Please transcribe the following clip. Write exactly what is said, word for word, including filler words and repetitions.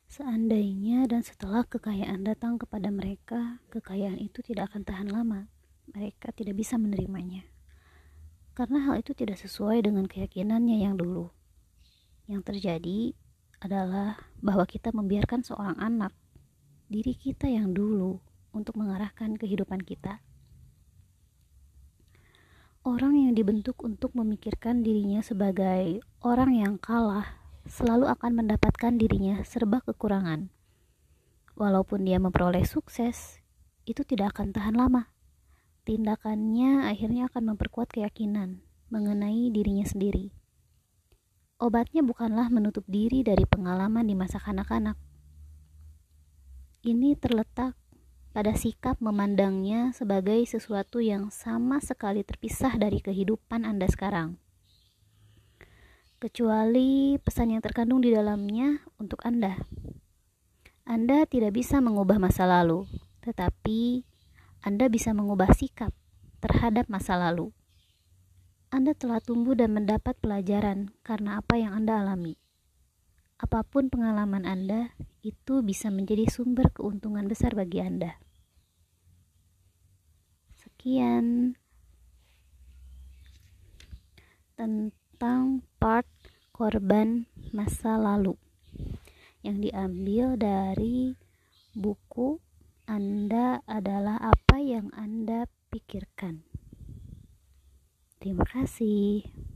Seandainya dan setelah kekayaan datang kepada mereka, kekayaan itu tidak akan tahan lama. Mereka tidak bisa menerimanya. Karena hal itu tidak sesuai dengan keyakinannya yang dulu. Yang terjadi adalah bahwa kita membiarkan seorang anak, diri kita yang dulu, untuk mengarahkan kehidupan kita. Orang yang dibentuk untuk memikirkan dirinya sebagai orang yang kalah selalu akan mendapatkan dirinya serba kekurangan. Walaupun dia memperoleh sukses, itu tidak akan tahan lama. Tindakannya akhirnya akan memperkuat keyakinan mengenai dirinya sendiri. Obatnya bukanlah menutup diri dari pengalaman di masa kanak-kanak. Ini terletak pada sikap memandangnya sebagai sesuatu yang sama sekali terpisah dari kehidupan Anda sekarang. Kecuali pesan yang terkandung di dalamnya untuk Anda. Anda tidak bisa mengubah masa lalu, tetapi Anda bisa mengubah sikap terhadap masa lalu. Anda telah tumbuh dan mendapat pelajaran karena apa yang Anda alami. Apapun pengalaman Anda, itu bisa menjadi sumber keuntungan besar bagi Anda. Sekian tentang part korban masa lalu yang diambil dari buku Anda adalah apa yang Anda pikirkan. Terima kasih.